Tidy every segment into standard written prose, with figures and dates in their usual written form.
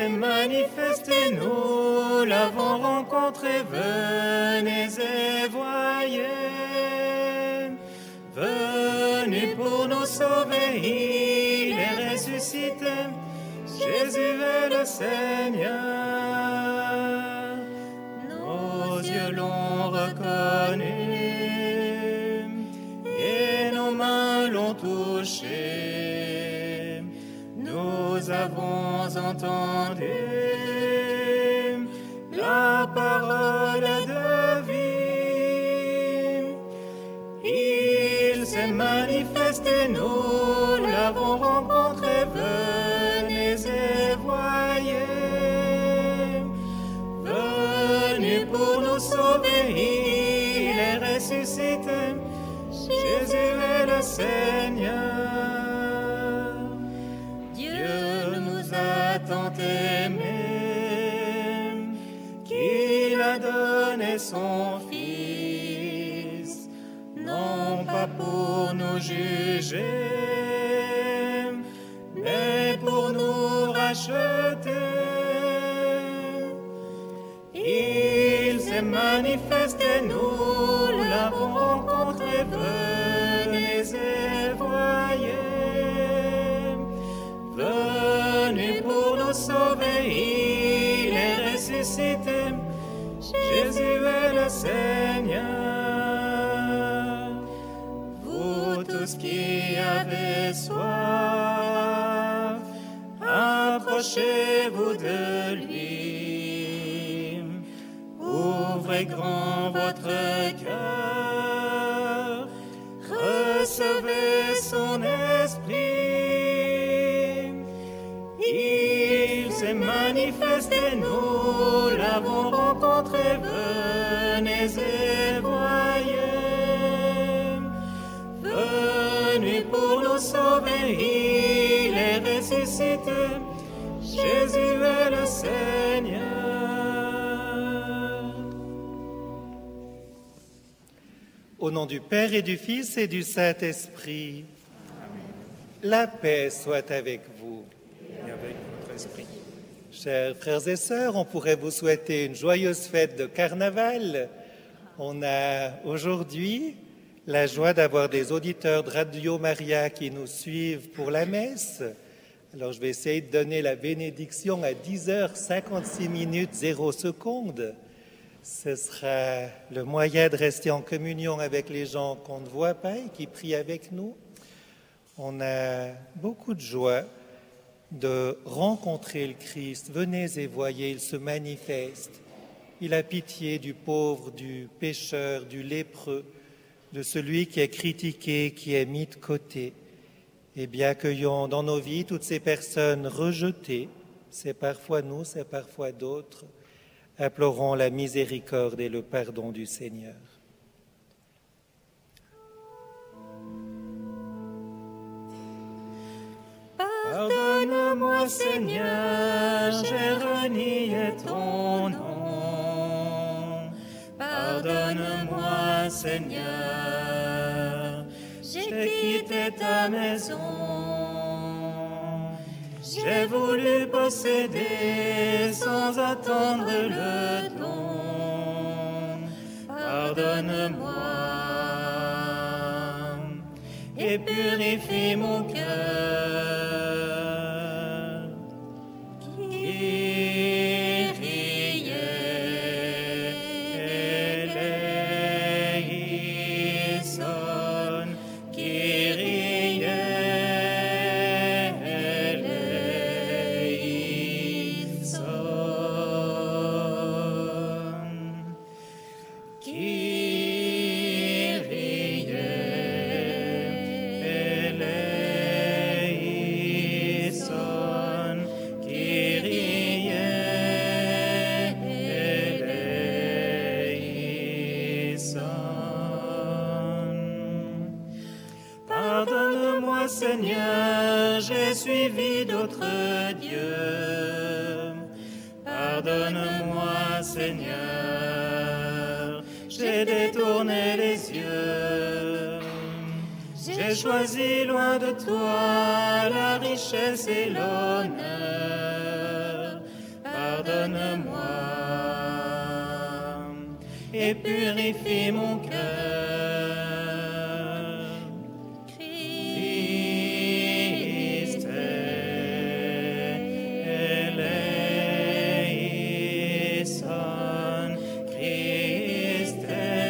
s'est manifesté, nous l'avons rencontré, venez et voyez. Venu pour nous sauver, il est ressuscité, Jésus est le Seigneur. Nos yeux l'ont reconnu et nos mains l'ont touché. Nous avons entendu la parole de vie. Il s'est manifesté, nous l'avons rencontré, venez et voyez. Venu pour nous sauver, il est ressuscité, Jésus est le Seigneur. Dieu nous a tant aimés qu'il a donné son Fils, non pas pour nous juger, mais pour nous racheter. Il s'est manifesté, nous l'avons rencontré, venez et voyez. Venu pour nous sauver, il est ressuscité, Jésus est le Seigneur. Vous tous qui avez soif, approchez-vous de lui. Ouvrez grand votre cœur, recevez son esprit. Il s'est manifesté, nous l'avons rencontré, venez et voyez. Venu pour nous sauver, il est ressuscité, Jésus est le Seigneur. Au nom du Père et du Fils et du Saint-Esprit, la paix soit avec vous. Et avec votre esprit. Chers frères et sœurs, on pourrait vous souhaiter une joyeuse fête de carnaval. On a aujourd'hui la joie d'avoir des auditeurs de Radio Maria qui nous suivent pour la messe. Alors je vais essayer de donner la bénédiction à 10h56 0 secondes. Ce sera le moyen de rester en communion avec les gens qu'on ne voit pas et qui prient avec nous. On a beaucoup de joie de rencontrer le Christ. Venez et voyez, il se manifeste. Il a pitié du pauvre, du pécheur, du lépreux, de celui qui est critiqué, qui est mis de côté. Et bien accueillons dans nos vies toutes ces personnes rejetées. C'est parfois nous, c'est parfois d'autres. Implorons la miséricorde et le pardon du Seigneur. Pardonne-moi, Seigneur, j'ai renié ton nom. Pardonne-moi, Seigneur, j'ai quitté ta maison. J'ai voulu posséder sans attendre le don. Pardonne-moi et purifie mon cœur. Pardonne-moi, Seigneur, j'ai suivi d'autres dieux. Pardonne-moi, Seigneur, j'ai détourné les yeux. J'ai choisi loin de toi la richesse et l'honneur. pardonne-moi et purifie mon cœur. Christ eleison, Christ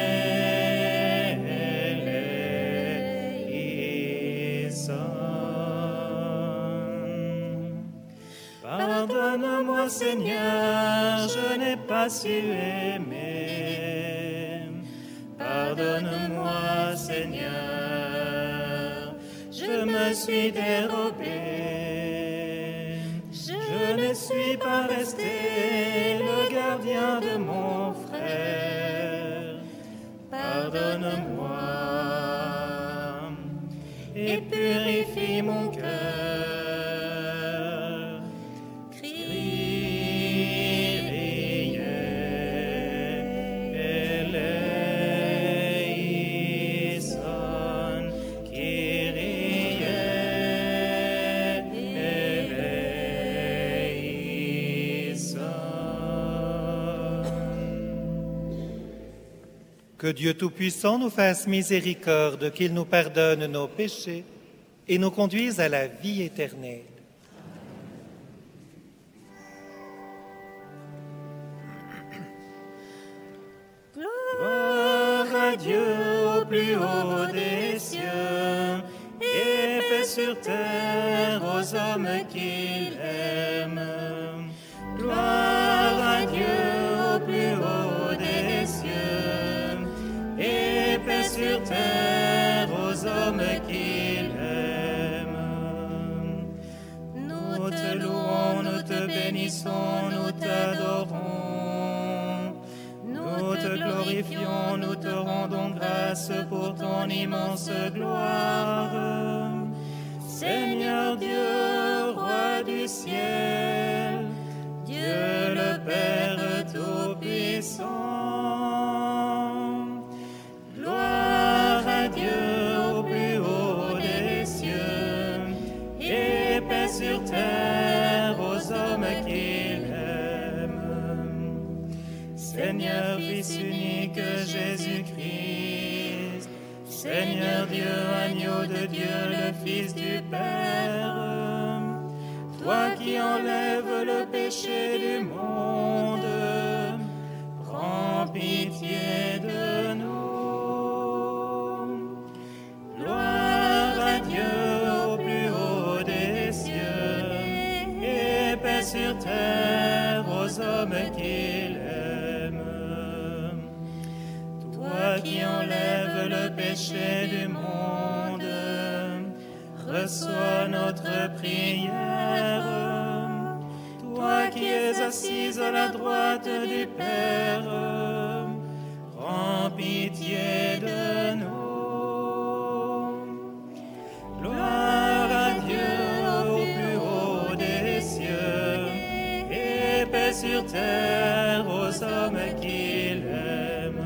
eleison. Pardonne-moi, Seigneur, je n'ai pas su aimer. Pardonne-moi, Seigneur, je me suis dérobé. Je ne suis pas resté le gardien de mon frère. Pardonne-moi et purifie mon cœur. Que Dieu Tout-Puissant nous fasse miséricorde, qu'il nous pardonne nos péchés et nous conduise à la vie éternelle. Gloire à Dieu au plus haut des cieux, et paix sur terre aux hommes qu'il aime. Gloire à Dieu au plus haut des cieux, et paix sur terre aux hommes qu'il aime. Nous te louons, nous te bénissons, nous t'adorons. Nous te glorifions, nous te rendons grâce pour ton immense gloire. Seigneur Dieu, roi du ciel, Dieu le Père Tout-Puissant. Gloire à Dieu au plus haut des cieux, et paix sur terre aux hommes qu'il aime. Seigneur Fils unique Jésus-Christ, Seigneur Dieu, agneau de Dieu, le Fils du Père, toi qui enlèves le péché du monde, prends pitié de nous. Gloire à Dieu au plus haut des cieux, et paix sur terre aux hommes qu'il aime. Toi qui enlèves le péché du monde, reçois notre prière. Toi qui es assise à la droite du Père, prends pitié de nous. Gloire à Dieu au plus haut des cieux, et paix sur terre aux hommes qu'il aime.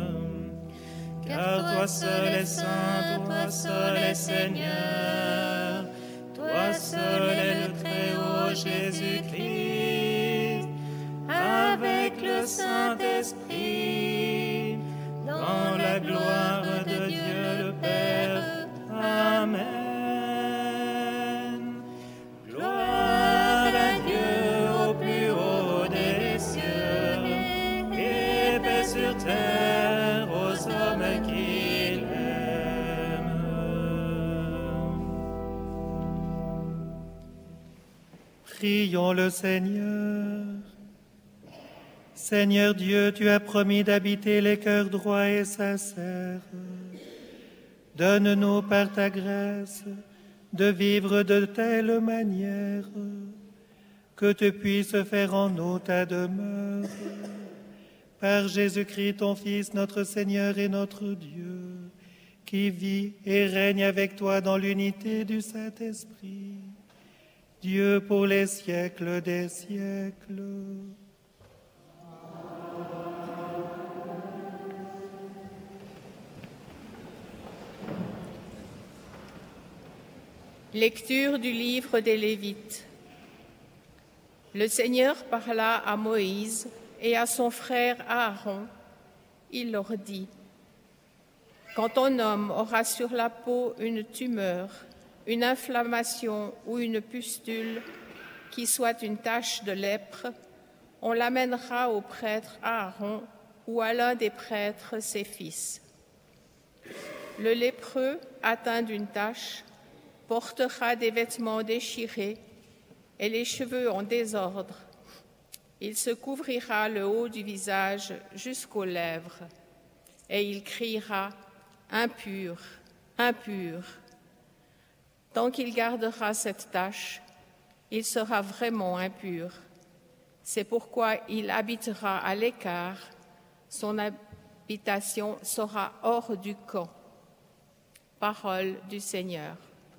Car toi seul est saint, toi seul est Seigneur, toi seul est le Très-Haut Jésus-Christ, avec le Saint-Esprit, dans la gloire de Dieu le Père. Amen. Gloire à Dieu au plus haut des cieux, et paix sur terre aux hommes qu'il aime. Prions le Seigneur. Seigneur Dieu, tu as promis d'habiter les cœurs droits et sincères. Donne-nous par ta grâce de vivre de telle manière que tu puisses faire en nous ta demeure. Par Jésus-Christ, ton Fils, notre Seigneur et notre Dieu, qui vit et règne avec toi dans l'unité du Saint-Esprit, Dieu pour les siècles des siècles. Lecture du livre des Lévites. Le Seigneur parla à Moïse et à son frère Aaron. Il leur dit, « Quand ton homme aura sur la peau une tumeur, une inflammation ou une pustule qui soit une tache de lèpre, on l'amènera au prêtre Aaron ou à l'un des prêtres, ses fils. Le lépreux, atteint d'une tache, portera des vêtements déchirés et les cheveux en désordre. Il se couvrira le haut du visage jusqu'aux lèvres et il criera « Impur, impur ». Tant qu'il gardera cette tache, il sera vraiment impur. C'est pourquoi il habitera à l'écart, son habitation sera hors du camp. Parole du Seigneur.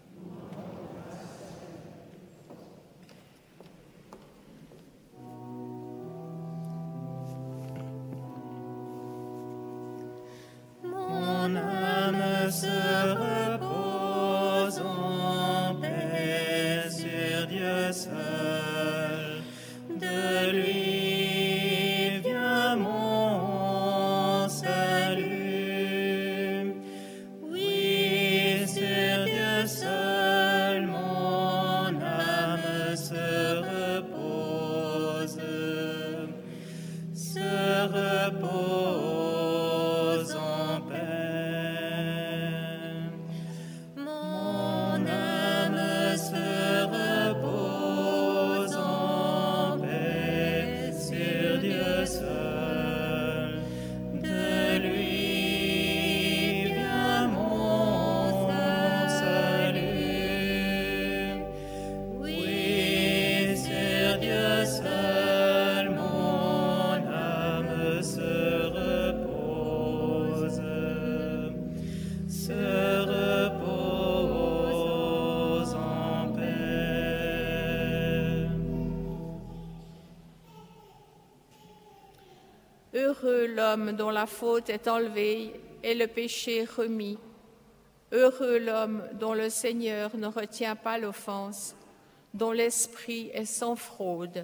Mon âme se repose en paix sur Dieu seul. De lui vient mon salut. Oui, sur Dieu seul mon âme se repose. Se repose en paix. Mon âme se repose en paix sur Dieu seul. De lui vient mon salut. Oui, sur Dieu seul mon âme se repose. Se repose en paix. Heureux l'homme dont la faute est enlevée et le péché remis. Heureux l'homme dont le Seigneur ne retient pas l'offense, dont l'esprit est sans fraude.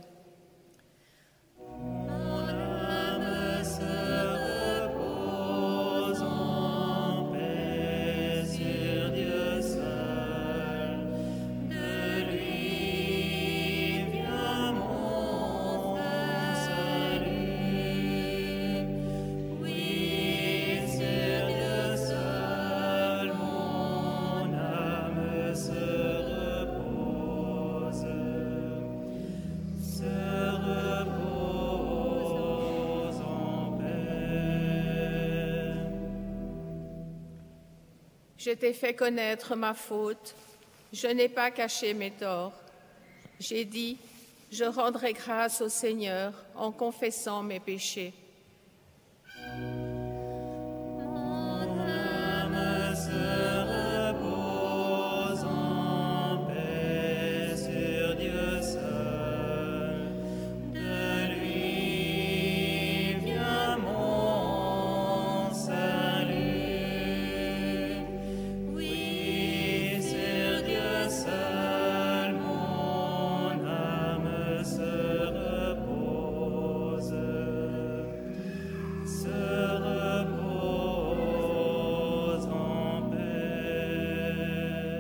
Mon âme se repose en paix sur Dieu seul. De lui vient mon salut. Oui, sur Dieu seul mon âme se repose. Se repose en paix. Je t'ai fait connaître ma faute, je n'ai pas caché mes torts. J'ai dit, je rendrai grâce au Seigneur en confessant mes péchés. Mon âme se repose en paix sur Dieu seul. De lui vient mon salut. Oui, sur Dieu seul mon âme se repose. Se repose en paix.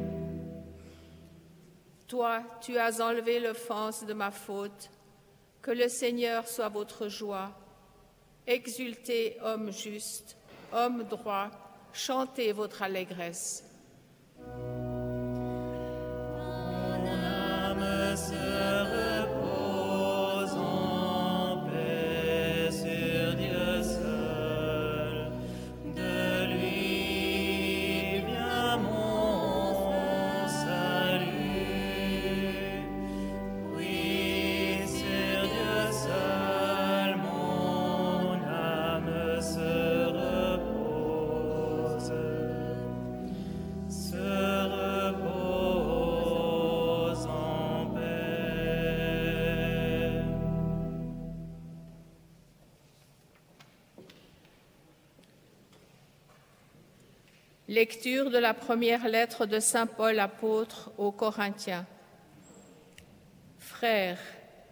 Toi, tu as enlevé l'offense de ma faute. Que le Seigneur soit votre joie. Exultez, hommes justes, hommes droits, chantez votre allégresse. Mon âme se repose en paix sur Dieu seul. De lui vient mon salut. Oui, sur Dieu seul mon âme se repose. Se repose en paix. Lecture de la première lettre de Saint Paul apôtre aux Corinthiens. Frères,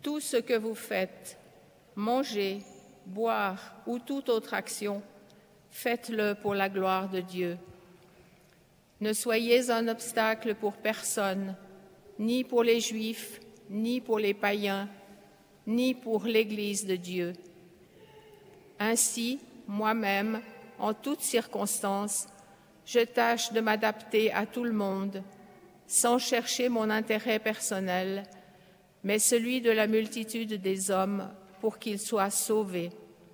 Tout ce que vous faites, manger, boire ou toute autre action, faites-le pour la gloire de Dieu. Ne soyez un obstacle pour personne, ni pour les Juifs, ni pour les païens, ni pour l'Église de Dieu. Ainsi, moi-même, en toutes circonstances, je tâche de m'adapter à tout le monde, sans chercher mon intérêt personnel, mais celui de la multitude des hommes pour qu'ils soient sauvés.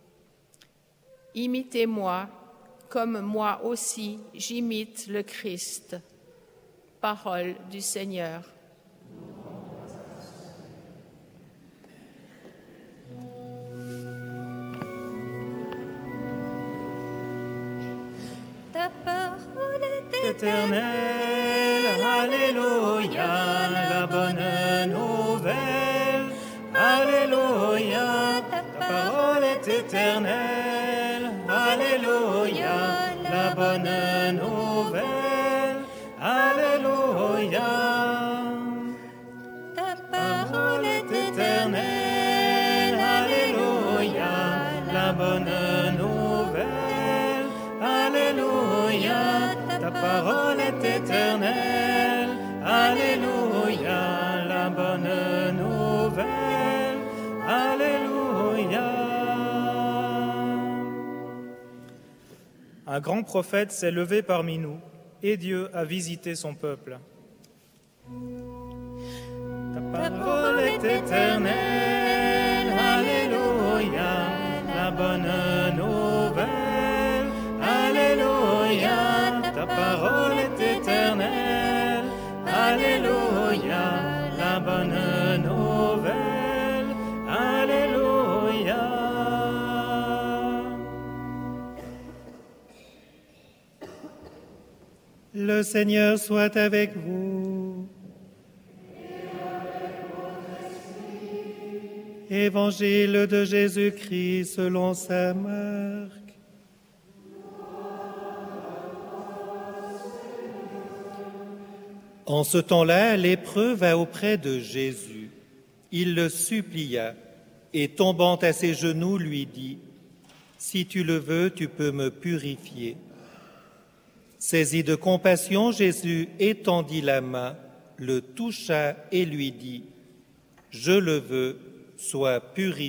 Imitez-moi, comme moi aussi j'imite le Christ. Parole du Seigneur. Ta parole est Éternel, Alléluia, la bonne nouvelle. Alléluia, ta parole est éternelle. Alléluia, la bonne nouvelle. Alléluia, ta parole est éternelle. Alléluia, la bonne nouvelle. Alléluia, ta parole est éternelle. Alléluia, la bonne nouvelle. Alléluia. Un grand prophète s'est levé parmi nous, et Dieu a visité son peuple. Ta parole est éternelle. Alléluia, la bonne nouvelle. Alléluia, ta parole est éternelle. Alléluia, la bonne nouvelle. Alléluia. Le Seigneur soit avec vous. Évangile de Jésus-Christ selon saint Marc. En ce temps-là, lépreux va auprès de Jésus. Il le supplia et, tombant à ses genoux, lui dit : « Si tu le veux, tu peux me purifier. » Saisi de compassion, Jésus étendit la main, le toucha et lui dit : « Je le veux, sois purifié. »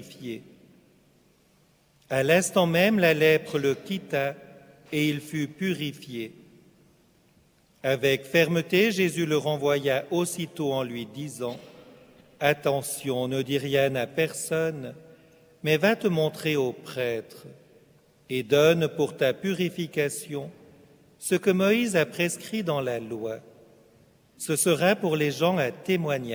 À l'instant même, la lèpre le quitta et il fut purifié. Avec fermeté, Jésus le renvoya aussitôt en lui disant : « Attention, ne dis rien à personne, mais va te montrer au prêtre et donne pour ta purification ce que Moïse a prescrit dans la loi. Ce sera pour les gens un témoignage. »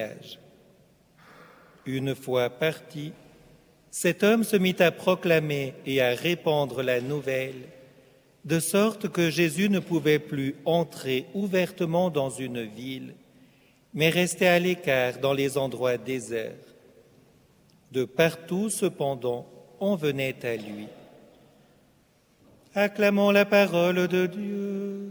Une fois parti, cet homme se mit à proclamer et à répandre la nouvelle, de sorte que Jésus ne pouvait plus entrer ouvertement dans une ville, mais restait à l'écart dans les endroits déserts. De partout, cependant, on venait à lui. Acclamons la parole de Dieu.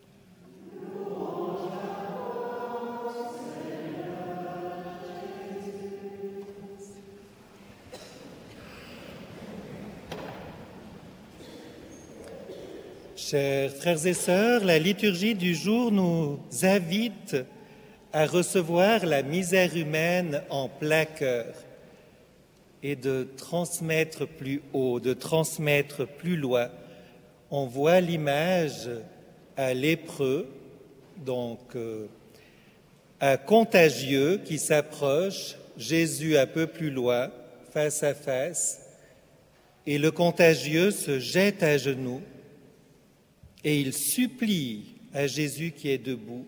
Chers frères et sœurs, la liturgie du jour nous invite à recevoir la misère humaine en plein cœur et de transmettre plus haut, de transmettre plus loin. On voit l'image à lépreux, donc à contagieux qui s'approche, Jésus un peu plus loin, face à face, et le contagieux se jette à genoux et il supplie à Jésus qui est debout.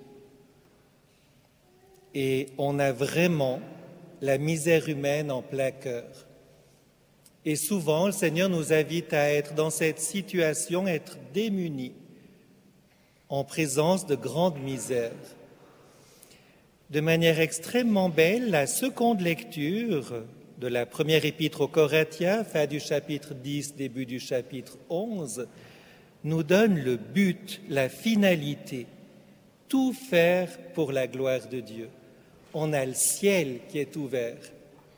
Et on a vraiment la misère humaine en plein cœur. Et souvent, le Seigneur nous invite à être dans cette situation, être démunis, en présence de grande misère. De manière extrêmement belle, la seconde lecture de la première épître aux Corinthiens, fin du chapitre 10, début du chapitre 11, nous donne le but, la finalité, tout faire pour la gloire de Dieu. On a le ciel qui est ouvert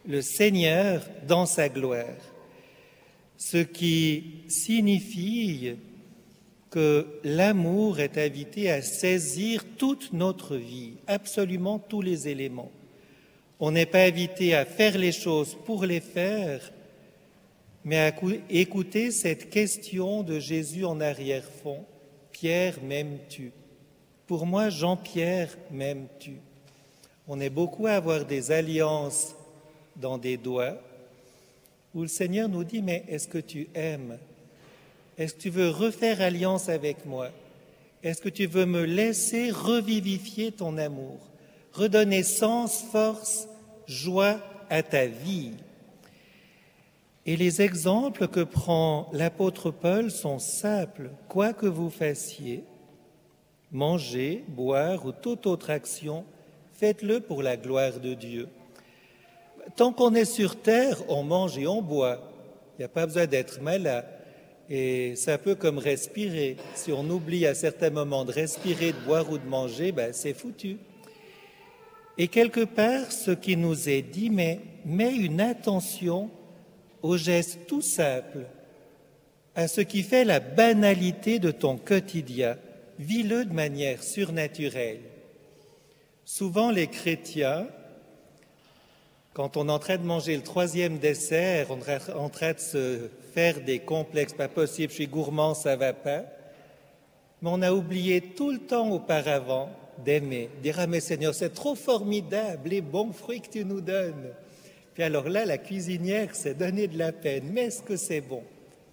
le Seigneur dans sa gloire. Ce qui signifie que l'amour est invité à saisir toute notre vie, absolument tous les éléments. On n'est pas invité à faire les choses pour les faire, mais à écouter cette question de Jésus en arrière-fond. Pierre, m'aimes-tu? Pour moi, Jean-Pierre, m'aimes-tu? On est beaucoup à avoir des alliances dans des doigts, où le Seigneur nous dit, mais est-ce que tu aimes? Est-ce que tu veux refaire alliance avec moi? Est-ce que tu veux me laisser revivifier ton amour, redonner sens, force, joie à ta vie? Et les exemples que prend l'apôtre Paul sont simples. Quoi que vous fassiez, manger, boire ou toute autre action, faites-le pour la gloire de Dieu. Tant qu'on est sur terre, on mange et on boit. Il n'y a pas besoin d'être malade. Et c'est un peu comme respirer. Si on oublie à certains moments de respirer, de boire ou de manger, c'est foutu. Et quelque part, ce qui nous est dit, mais mets une attention aux gestes tout simples, à ce qui fait la banalité de ton quotidien. Vis-le de manière surnaturelle. Souvent, les chrétiens, quand on est en train de manger le 3e dessert, on est en train de se faire des complexes, pas possible, je suis gourmand, ça va pas. Mais on a oublié tout le temps auparavant d'aimer, dire « Ah mais Seigneur, c'est trop formidable, les bons fruits que tu nous donnes. » Puis alors là, la cuisinière s'est donné de la peine, mais est-ce que c'est bon?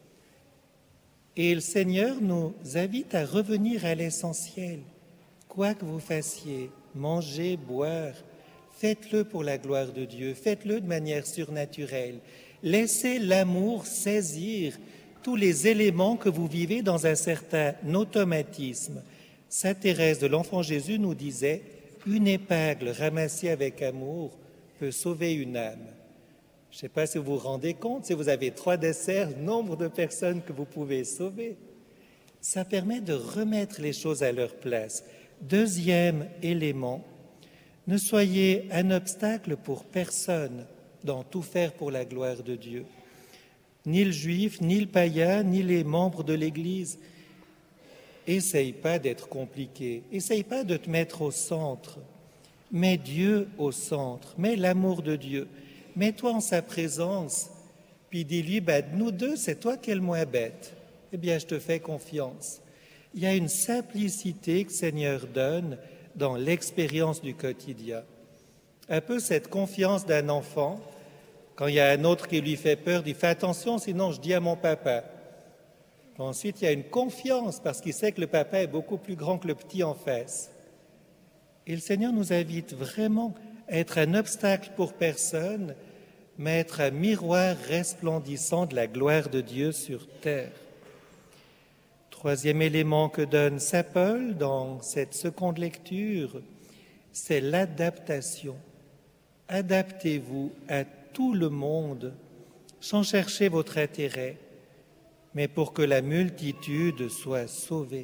Et le Seigneur nous invite à revenir à l'essentiel. Quoi que vous fassiez, mangez, boire, faites-le pour la gloire de Dieu, faites-le de manière surnaturelle. Laissez l'amour saisir tous les éléments que vous vivez dans un certain automatisme. Sainte Thérèse de l'Enfant Jésus nous disait « Une épingle ramassée avec amour peut sauver une âme ». Je ne sais pas si vous vous rendez compte, si vous avez 3 desserts, le nombre de personnes que vous pouvez sauver. Ça permet de remettre les choses à leur place. Deuxième élément, ne soyez un obstacle pour personne dans tout faire pour la gloire de Dieu. Ni le juif, ni le païen, ni les membres de l'Église. Essaye pas d'être compliqué, essaye pas de te mettre au centre. Mets Dieu au centre, mets l'amour de Dieu. Mets-toi en sa présence, puis dis-lui, nous deux, c'est toi qui es le moins bête. Eh bien, je te fais confiance. Il y a une simplicité que le Seigneur donne dans l'expérience du quotidien. Un peu cette confiance d'un enfant, quand il y a un autre qui lui fait peur, il fait attention, sinon je dis à mon papa. Ensuite, il y a une confiance parce qu'il sait que le papa est beaucoup plus grand que le petit en face. Et le Seigneur nous invite vraiment à être un obstacle pour personne, mais être un miroir resplendissant de la gloire de Dieu sur terre. Troisième élément que donne saint Paul dans cette seconde lecture, c'est l'adaptation. Adaptez-vous à tout le monde sans chercher votre intérêt, mais pour que la multitude soit sauvée.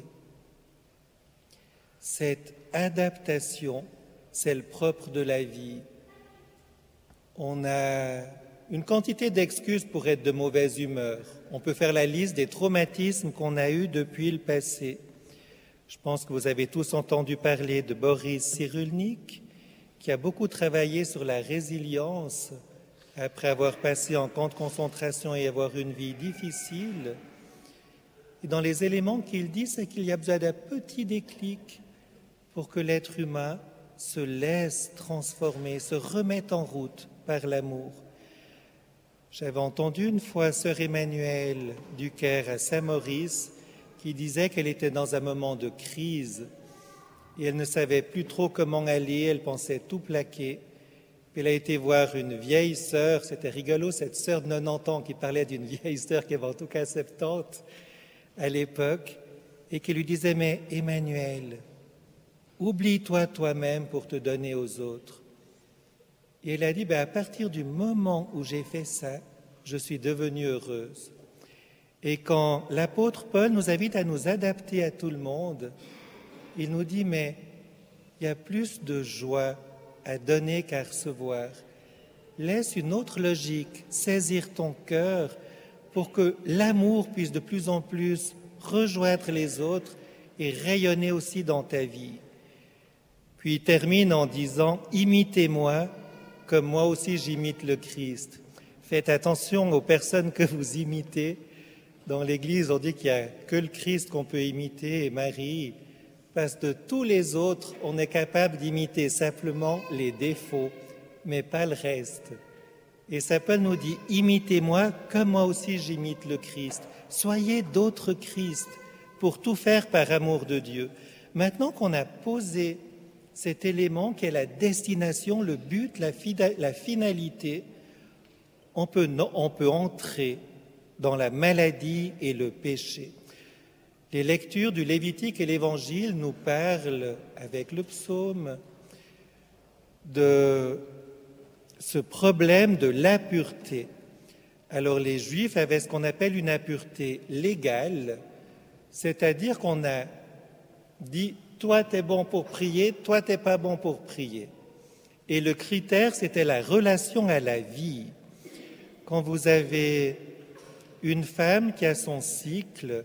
Cette adaptation, c'est le propre de la vie. On a une quantité d'excuses pour être de mauvaise humeur. On peut faire la liste des traumatismes qu'on a eus depuis le passé. Je pense que vous avez tous entendu parler de Boris Cyrulnik, qui a beaucoup travaillé sur la résilience après avoir passé en camp de concentration et avoir une vie difficile. Et dans les éléments qu'il dit, c'est qu'il y a besoin d'un petit déclic pour que l'être humain se laisse transformer, se remette en route par l'amour. J'avais entendu une fois sœur Emmanuelle du Caire à Saint-Maurice qui disait qu'elle était dans un moment de crise et elle ne savait plus trop comment aller, elle pensait tout plaquer. Puis elle a été voir une vieille sœur, c'était rigolo, cette sœur de 90 ans qui parlait d'une vieille sœur qui avait en tout cas 70 à l'époque et qui lui disait « Mais Emmanuel, oublie-toi toi-même pour te donner aux autres. » Et elle a dit, à partir du moment où j'ai fait ça, je suis devenue heureuse. Et quand l'apôtre Paul nous invite à nous adapter à tout le monde, il nous dit, mais il y a plus de joie à donner qu'à recevoir. laisse une autre logique saisir ton cœur pour que l'amour puisse de plus en plus rejoindre les autres et rayonner aussi dans ta vie. Puis il termine en disant « Imitez-moi comme moi aussi j'imite le Christ ». Faites attention aux personnes que vous imitez. Dans l'Église, on dit qu'il n'y a que le Christ qu'on peut imiter et Marie, parce que de tous les autres, on est capable d'imiter simplement les défauts, mais pas le reste. Et Saint Paul nous dit « Imitez-moi comme moi aussi j'imite le Christ ». Soyez d'autres Christ pour tout faire par amour de Dieu. Maintenant qu'on a posé cet élément qui est la destination, le but, la finalité, on peut entrer dans la maladie et le péché. Les lectures du Lévitique et l'Évangile nous parlent, avec le psaume, de ce problème de l'impureté. Alors les Juifs avaient ce qu'on appelle une impureté légale, c'est-à-dire qu'on a dit « toi t'es bon pour prier, toi t'es pas bon pour prier ». Et le critère, c'était la relation à la vie. Quand vous avez une femme qui a son cycle,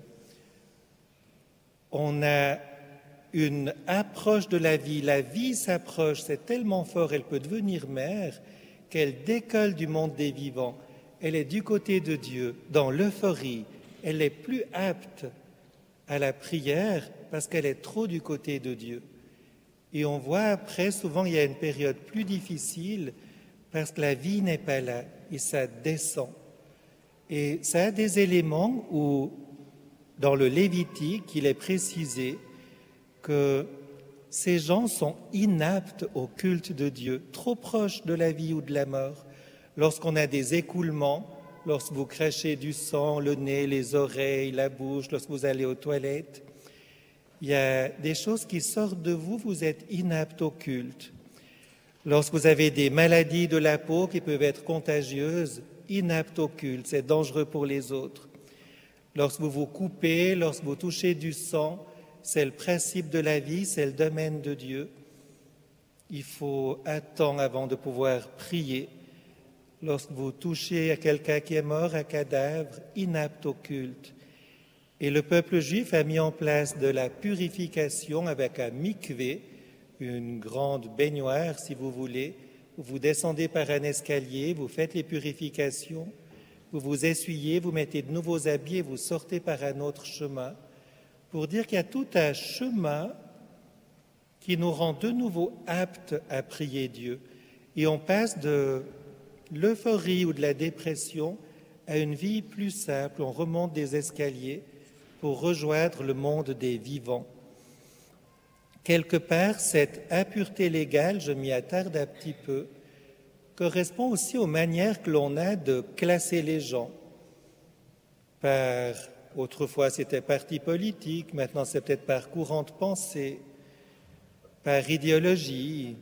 on a une approche de la vie s'approche, c'est tellement fort, elle peut devenir mère, qu'elle décolle du monde des vivants. Elle est du côté de Dieu, dans l'euphorie. Elle est plus apte à la prière parce qu'elle est trop du côté de Dieu. Et on voit après, souvent, il y a une période plus difficile parce que la vie n'est pas là et ça descend. Et ça a des éléments où, dans le Lévitique, il est précisé que ces gens sont inaptes au culte de Dieu, trop proches de la vie ou de la mort. Lorsqu'on a des écoulements, lorsque vous crachez du sang, le nez, les oreilles, la bouche, lorsque vous allez aux toilettes, il y a des choses qui sortent de vous, vous êtes inaptes au culte. Lorsque vous avez des maladies de la peau qui peuvent être contagieuses, inaptes au culte, c'est dangereux pour les autres. Lorsque vous vous coupez, lorsque vous touchez du sang, c'est le principe de la vie, c'est le domaine de Dieu. Il faut attendre avant de pouvoir prier. Lorsque vous touchez à quelqu'un qui est mort, un cadavre, inapte au culte. Et le peuple juif a mis en place de la purification avec un mikvé, une grande baignoire, si vous voulez, où vous descendez par un escalier, vous faites les purifications, vous vous essuyez, vous mettez de nouveaux habits et vous sortez par un autre chemin, pour dire qu'il y a tout un chemin qui nous rend de nouveau aptes à prier Dieu. Et on passe de l'euphorie ou de la dépression à une vie plus simple, on remonte des escaliers pour rejoindre le monde des vivants. Quelque part, cette impureté légale, je m'y attarde un petit peu, correspond aussi aux manières que l'on a de classer les gens. Autrefois, c'était parti politique, maintenant c'est peut-être par courant de pensée, par idéologie,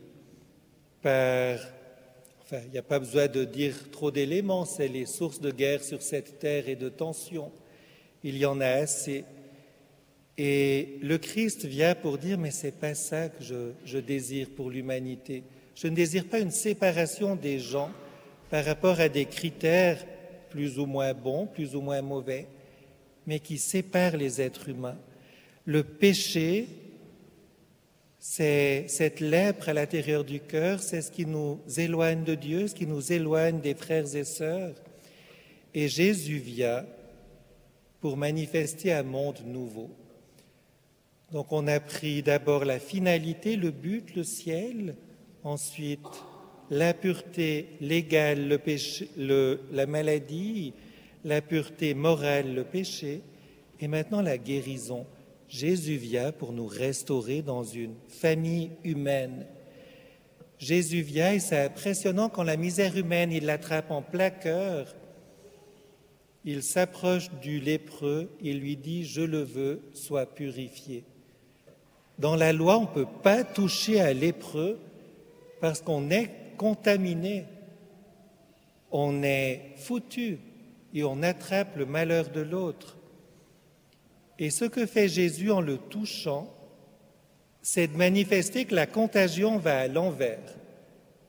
il n'y a pas besoin de dire trop d'éléments, c'est les sources de guerre sur cette terre et de tension. Il y en a assez. Et le Christ vient pour dire, mais ce n'est pas ça que je désire pour l'humanité. Je ne désire pas une séparation des gens par rapport à des critères plus ou moins bons, plus ou moins mauvais, mais qui séparent les êtres humains. Le péché, c'est cette lèpre à l'intérieur du cœur, c'est ce qui nous éloigne de Dieu, ce qui nous éloigne des frères et sœurs. Et Jésus vient pour manifester un monde nouveau. Donc on a pris d'abord la finalité, le but, le ciel, ensuite la pureté légale, le péché, la maladie, la pureté morale, le péché, et maintenant la guérison. Jésus vient pour nous restaurer dans une famille humaine. Jésus vient et c'est impressionnant quand la misère humaine, il l'attrape en plein cœur. Il s'approche du lépreux et lui dit « Je le veux, sois purifié ». Dans la loi, on ne peut pas toucher un lépreux parce qu'on est contaminé, on est foutu et on attrape le malheur de l'autre. Et ce que fait Jésus en le touchant, c'est de manifester que la contagion va à l'envers.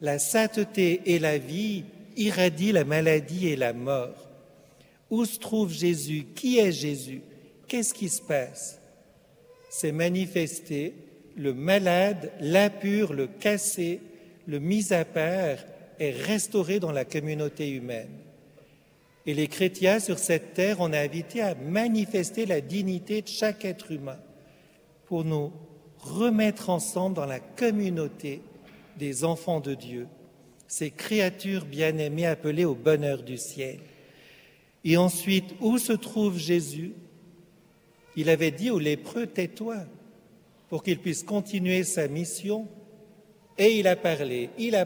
La sainteté et la vie irradient la maladie et la mort. Où se trouve Jésus? Qui est Jésus? Qu'est-ce qui se passe? C'est manifesté, le malade, l'impur, le cassé, le mis à part est restauré dans la communauté humaine. Et les chrétiens sur cette terre, on est invités à manifester la dignité de chaque être humain pour nous remettre ensemble dans la communauté des enfants de Dieu, ces créatures bien-aimées appelées au bonheur du ciel. Et ensuite, où se trouve Jésus? Il avait dit aux lépreux, tais-toi, pour qu'il puisse continuer sa mission. Et il a parlé,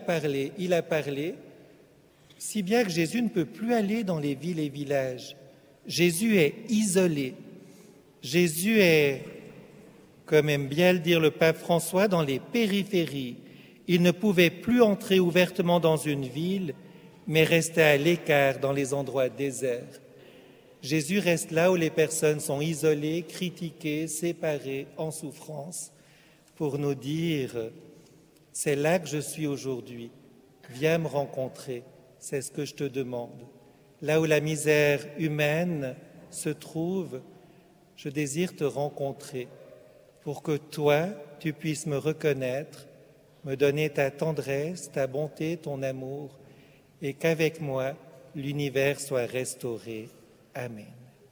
si bien que Jésus ne peut plus aller dans les villes et villages. Jésus est isolé. Jésus est, comme aime bien le dire le pape François, dans les périphéries. Il ne pouvait plus entrer ouvertement dans une ville, mais restait à l'écart dans les endroits déserts. Jésus reste là où les personnes sont isolées, critiquées, séparées, en souffrance, pour nous dire « c'est là que je suis aujourd'hui, viens me rencontrer, c'est ce que je te demande. » Là où la misère humaine se trouve, je désire te rencontrer pour que toi, tu puisses me reconnaître, me donner ta tendresse, ta bonté, ton amour, et qu'avec moi, l'univers soit restauré. Amen.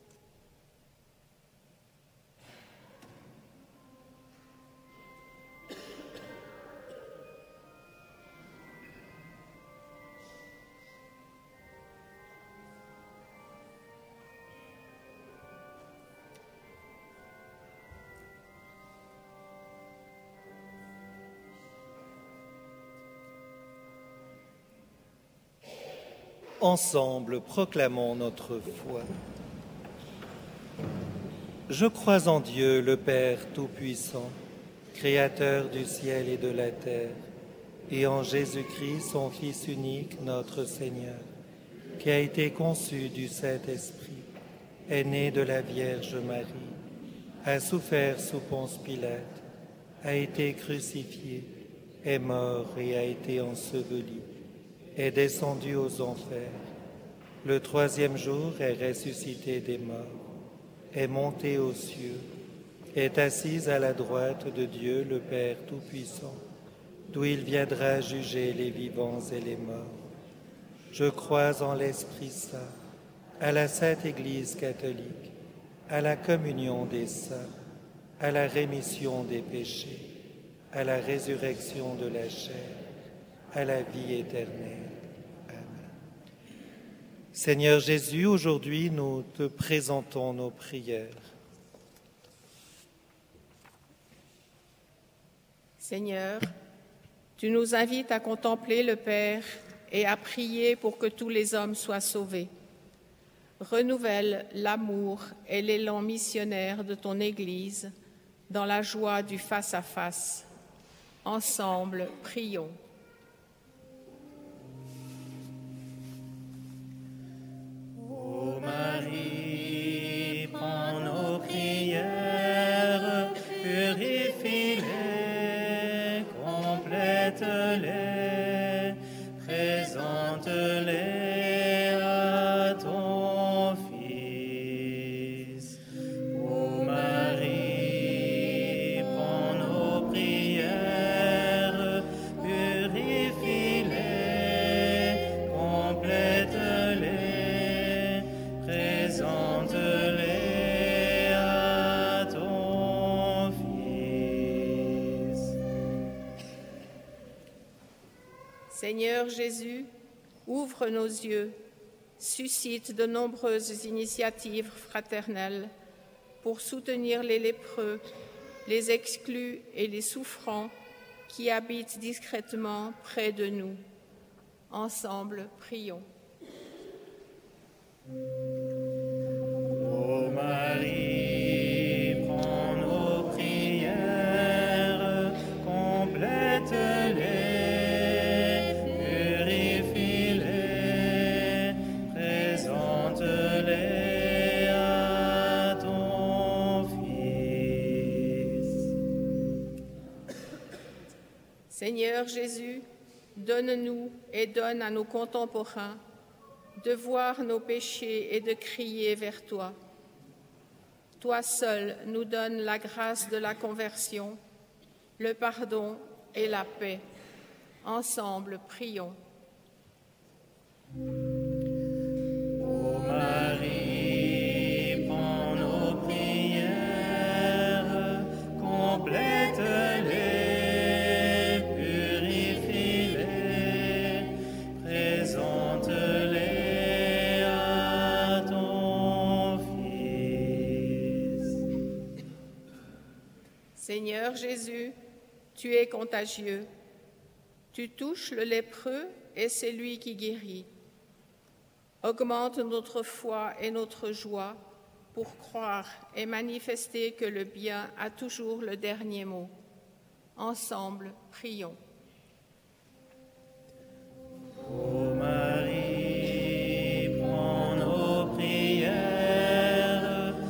Ensemble, proclamons notre foi. Je crois en Dieu, le Père Tout-Puissant, Créateur du ciel et de la terre, et en Jésus-Christ, son Fils unique, notre Seigneur, qui a été conçu du Saint-Esprit, est né de la Vierge Marie, a souffert sous Ponce Pilate, a été crucifié, est mort et a été enseveli, est descendu aux enfers. Le troisième jour est ressuscité des morts, est monté aux cieux, est assis à la droite de Dieu le Père Tout-Puissant, d'où il viendra juger les vivants et les morts. Je crois en l'Esprit Saint, à la Sainte Église catholique, à la communion des saints, à la rémission des péchés, à la résurrection de la chair, à la vie éternelle. Amen. Seigneur Jésus, aujourd'hui nous te présentons nos prières. Seigneur, tu nous invites à contempler le Père et à prier pour que tous les hommes soient sauvés. Renouvelle l'amour et l'élan missionnaire de ton Église dans la joie du face-à-face. Ensemble, prions. Ô Marie, prends nos prières, purifie-les, complète-les, présente-les à ton Fils. Ô Marie, prends nos prières, purifie-les, complète-les, présente-les à ton Fils. Seigneur Jésus, ouvre nos yeux, suscite de nombreuses initiatives fraternelles pour soutenir les lépreux, les exclus et les souffrants qui habitent discrètement près de nous. Ensemble, prions. Ô Marie, prends nos prières, complète-les, purifie-les, présente-les à ton Fils. Seigneur Jésus, donne-nous et donne à nos contemporains de voir nos péchés et de crier vers toi. Toi seul nous donnes la grâce de la conversion, le pardon et la paix. Ensemble, prions. Ô Marie, prends nos prières, complète-les, purifie-les, présente-les à ton Fils. Seigneur Jésus, tu es contagieux. Tu touches le lépreux et c'est lui qui guérit. Augmente notre foi et notre joie pour croire et manifester que le bien a toujours le dernier mot. Ensemble, prions. Ô Marie, prends nos prières,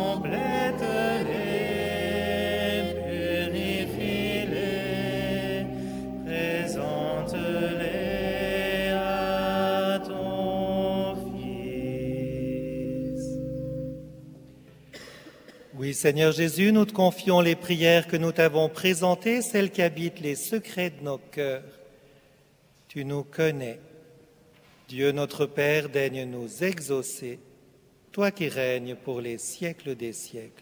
complète-les, purifie-les, présente-les à ton Fils. Oui, Seigneur Jésus, nous te confions les prières que nous t'avons présentées, celles qui habitent les secrets de nos cœurs. Tu nous connais. Dieu notre Père, daigne nous exaucer, toi qui règnes pour les siècles des siècles.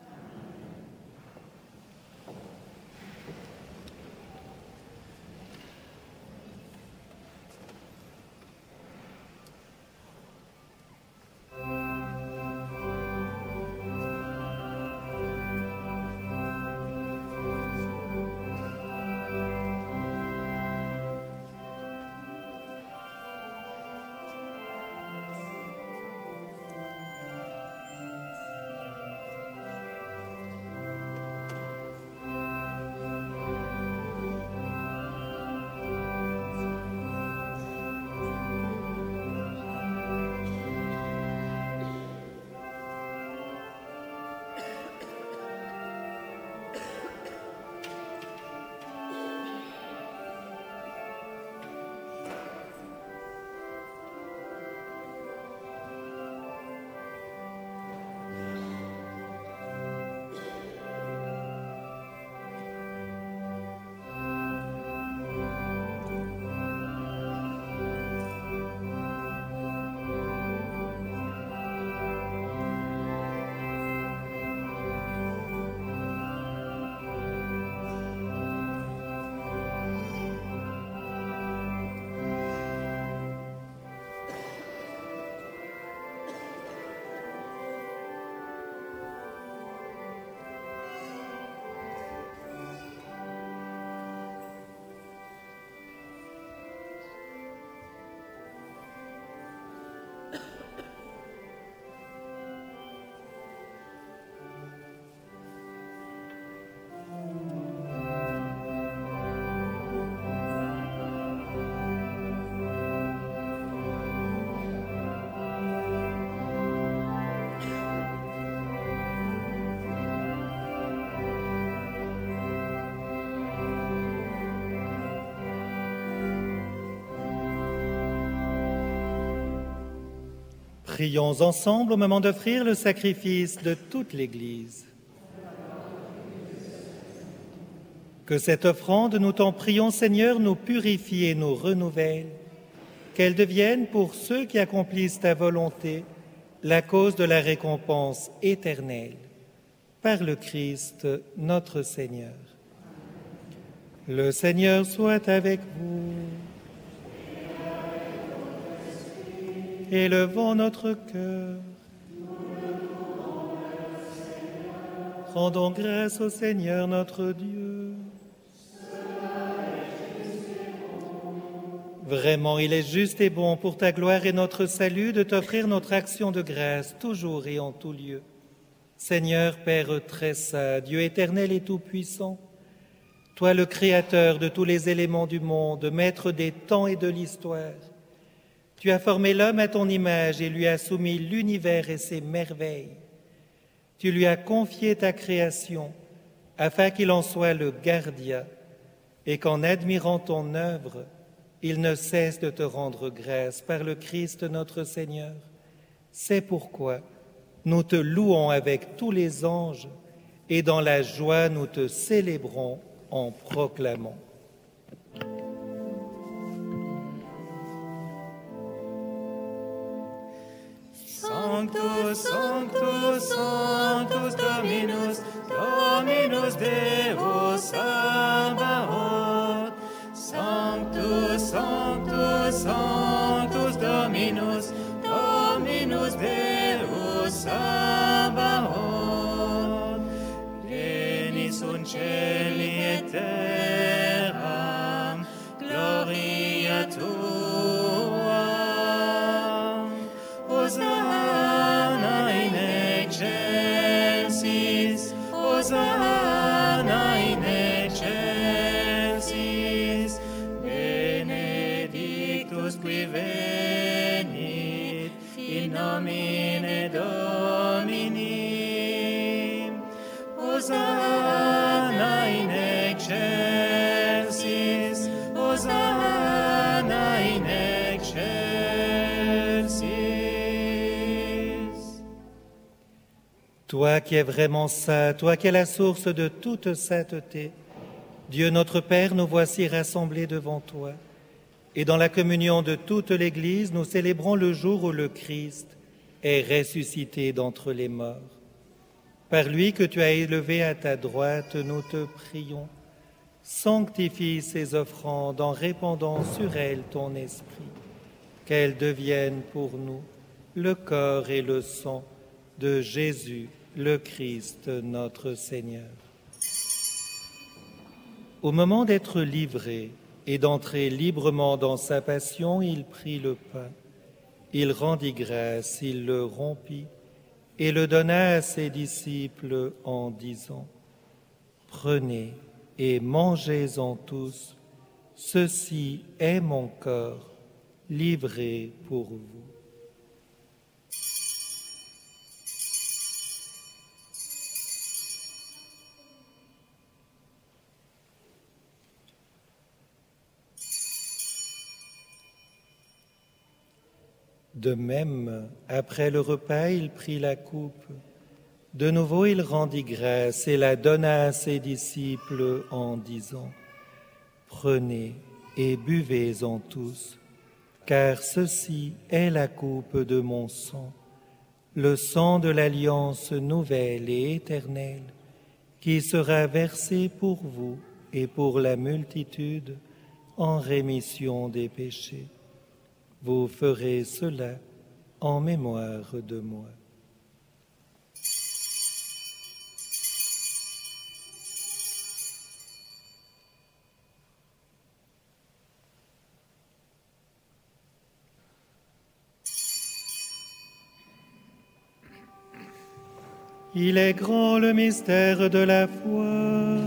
Prions ensemble au moment d'offrir le sacrifice de toute l'Église. Que cette offrande, nous t'en prions, Seigneur, nous purifie et nous renouvelle, qu'elle devienne pour ceux qui accomplissent ta volonté la cause de la récompense éternelle. Par le Christ, notre Seigneur. Le Seigneur soit avec vous. Élevons notre cœur. Rendons grâce au Seigneur notre Dieu. Vraiment, il est juste et bon pour ta gloire et notre salut de t'offrir notre action de grâce toujours et en tout lieu. Seigneur, Père très saint, Dieu éternel et tout-puissant, toi le Créateur de tous les éléments du monde, Maître des temps et de l'histoire, tu as formé l'homme à ton image et lui as soumis l'univers et ses merveilles. Tu lui as confié ta création afin qu'il en soit le gardien et qu'en admirant ton œuvre, Il ne cesse de te rendre grâce par le Christ notre Seigneur. C'est pourquoi nous te louons avec tous les anges et dans la joie nous te célébrons en proclamant. Sanctus, Sanctus, Sanctus Dominus, Dominus Deus Sabaoth. Sanctus, Sanctus, Sanctus Dominus, Dominus Deus Sabaoth. Pleni sunt celi et terra, gloria tua. Hosanna in excelsis, Hosanna in excelsis, benedictus qui venit in nomine Domini. Hosanna in excelsis, Hosanna in excelsis. Toi qui es vraiment saint, toi qui es la source de toute sainteté, Dieu notre Père, nous voici rassemblés devant toi. Et dans la communion de toute l'Église, nous célébrons le jour où le Christ est ressuscité d'entre les morts. Par lui que tu as élevé à ta droite, nous te prions. Sanctifie ces offrandes en répandant sur elles ton esprit, qu'elles deviennent pour nous le corps et le sang de Jésus, le Christ, notre Seigneur. Au moment d'être livré et d'entrer librement dans sa passion, il prit le pain, il rendit grâce, il le rompit et le donna à ses disciples en disant : « Prenez et mangez-en tous, ceci est mon corps livré pour vous. » De même, après le repas, il prit la coupe. De nouveau, il rendit grâce et la donna à ses disciples en disant : « Prenez et buvez-en tous, car ceci est la coupe de mon sang, le sang de l'alliance nouvelle et éternelle, qui sera versé pour vous et pour la multitude en rémission des péchés. Vous ferez cela en mémoire de moi. » Il est grand le mystère de la foi.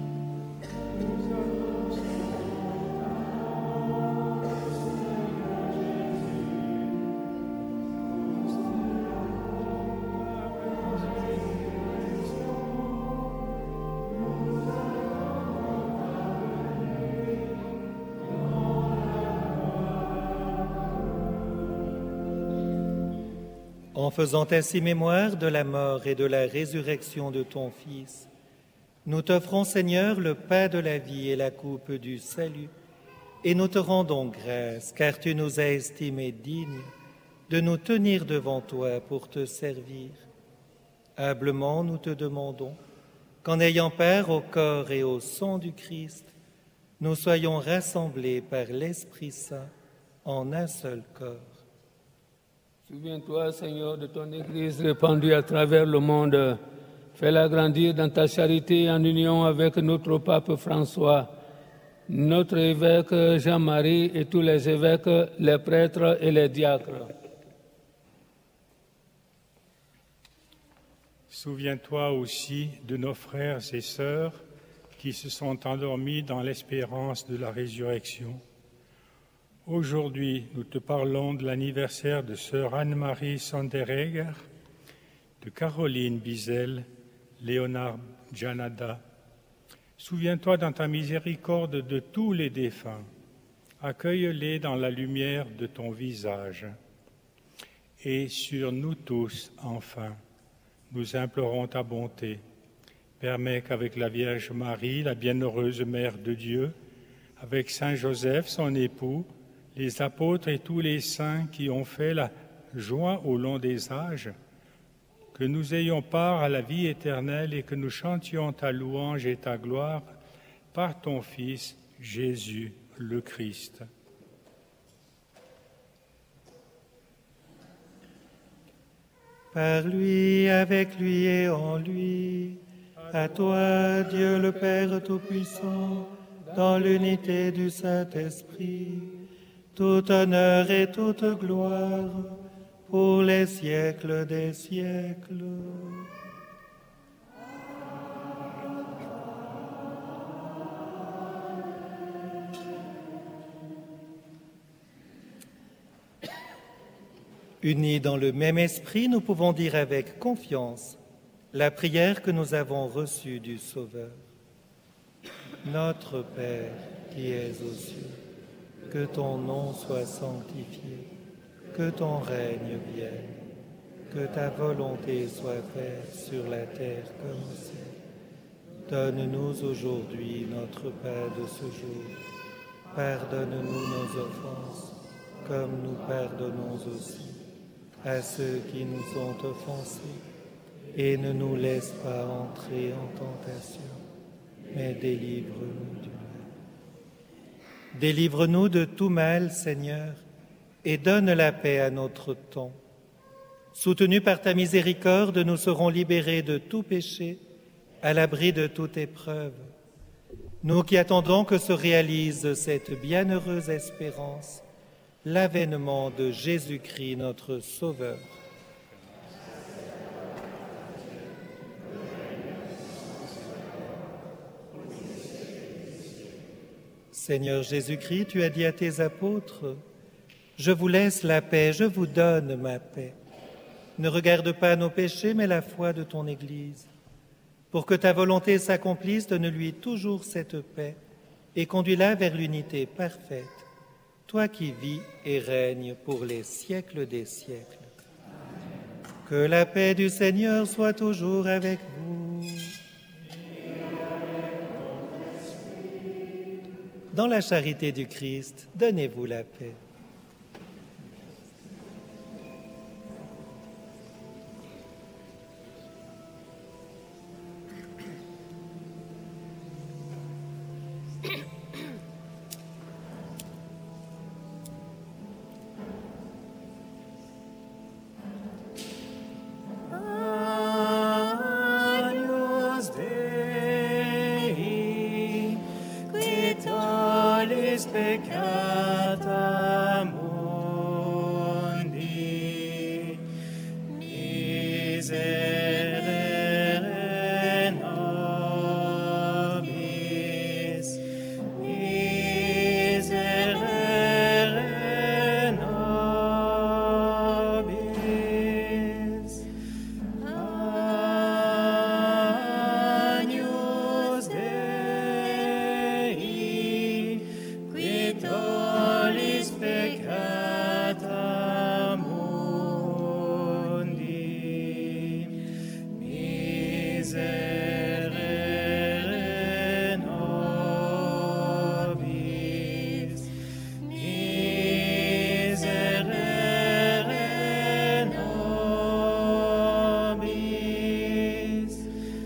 En faisant ainsi mémoire de la mort et de la résurrection de ton Fils, nous t'offrons, Seigneur, le pain de la vie et la coupe du salut, et nous te rendons grâce, car tu nous as estimés dignes de nous tenir devant toi pour te servir. Humblement, nous te demandons qu'en ayant part au corps et au sang du Christ, nous soyons rassemblés par l'Esprit Saint en un seul corps. Souviens-toi, Seigneur, de ton Église répandue à travers le monde. Fais-la grandir dans ta charité en union avec notre pape François, notre évêque Jean-Marie et tous les évêques, les prêtres et les diacres. Souviens-toi aussi de nos frères et sœurs qui se sont endormis dans l'espérance de la résurrection. Aujourd'hui, nous te parlons de l'anniversaire de sœur Anne-Marie Sanderegger, de Caroline Bizel, Léonard Janada. Souviens-toi dans ta miséricorde de tous les défunts, accueille-les dans la lumière de ton visage. Et sur nous tous, enfin, nous implorons ta bonté. Permets qu'avec la Vierge Marie, la bienheureuse Mère de Dieu, avec Saint Joseph, son époux, les apôtres et tous les saints qui ont fait la joie au long des âges, que nous ayons part à la vie éternelle et que nous chantions ta louange et ta gloire par ton Fils, Jésus le Christ. Par lui, avec lui et en lui, à toi, Dieu le Père Tout-Puissant, dans l'unité du Saint-Esprit, tout honneur et toute gloire pour les siècles des siècles. Unis dans le même esprit, nous pouvons dire avec confiance la prière que nous avons reçue du Sauveur. Notre Père qui es aux cieux, que ton nom soit sanctifié, que ton règne vienne, que ta volonté soit faite sur la terre comme au ciel. Donne-nous aujourd'hui notre pain de ce jour. Pardonne-nous nos offenses, comme nous pardonnons aussi à ceux qui nous ont offensés, et ne nous laisse pas entrer en tentation, mais délivre-nous du mal. Délivre-nous de tout mal, Seigneur, et donne la paix à notre temps. Soutenus par ta miséricorde, nous serons libérés de tout péché, à l'abri de toute épreuve. Nous qui attendons que se réalise cette bienheureuse espérance, l'avènement de Jésus-Christ, notre Sauveur. Seigneur Jésus-Christ, tu as dit à tes apôtres, « Je vous laisse la paix, je vous donne ma paix. Ne regarde pas nos péchés, mais la foi de ton Église. Pour que ta volonté s'accomplisse, donne-lui toujours cette paix et conduis-la vers l'unité parfaite. Toi qui vis et règnes pour les siècles des siècles. Que la paix du Seigneur soit toujours avec vous. Dans la charité du Christ, donnez-vous la paix. peccata mundi, miserere nobis, miserere nobis. Agnus Dei, qui tollis peccata mundi, miserere nobis, miserere nobis.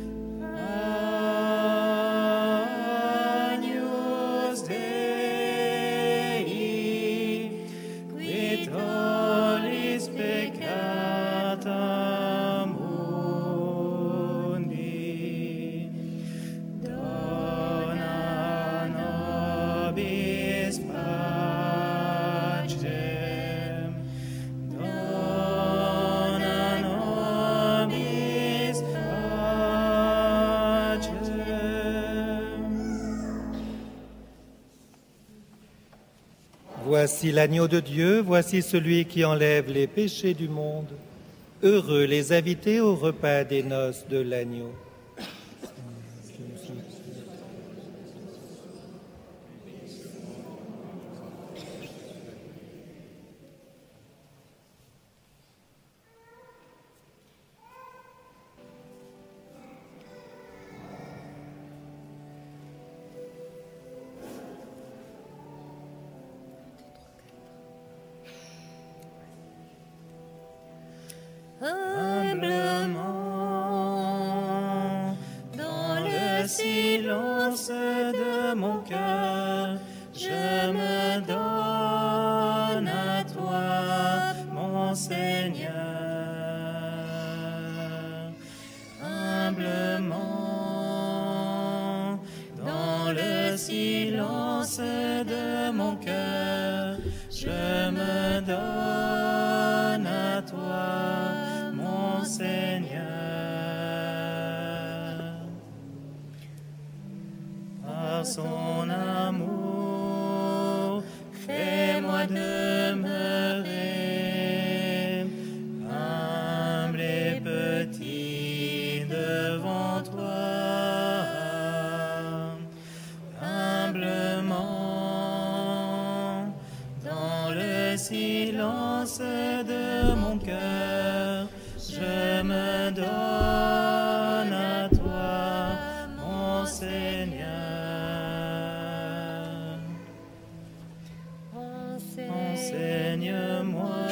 Agnus Dei, qui tollis peccata mundi, dona nobis pacem, dona nobis pacem. Voici l'agneau de Dieu, voici celui qui enlève les péchés du monde. Heureux les invités au repas des noces de l'agneau. silence de mon cœur, je me donne à toi, mon Seigneur. Par son amour, fais-moi demeurer humble et petit devant toi, humblement dans le silence de mon cœur, je me donne à toi, mon Seigneur. Enseigne-moi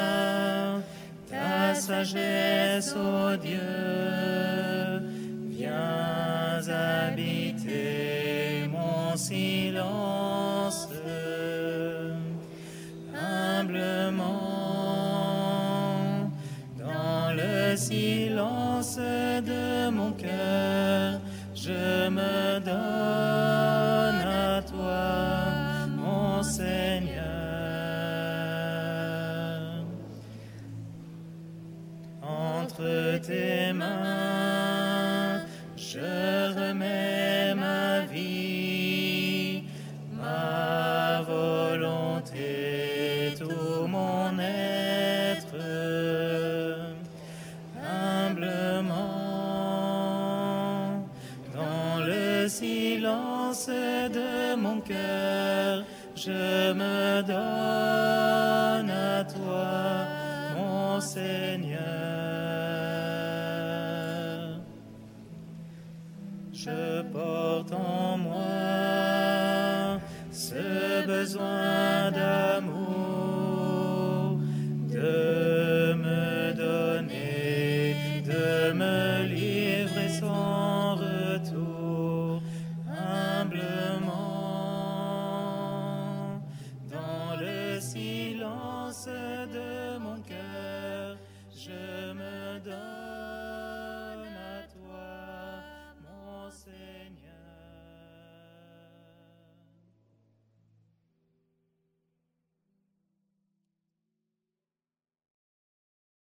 ta sagesse, ô Dieu, viens habiter mon silence, humblement dans le silence de mon cœur, je me donne à toi, mon Seigneur. Entre tes mains, je remets ma vie, ma volonté, tout mon être, humblement dans le silence de mon cœur, je me donne à toi, mon Seigneur. Je porte en moi ce besoin d'amour, de me donner, de me livrer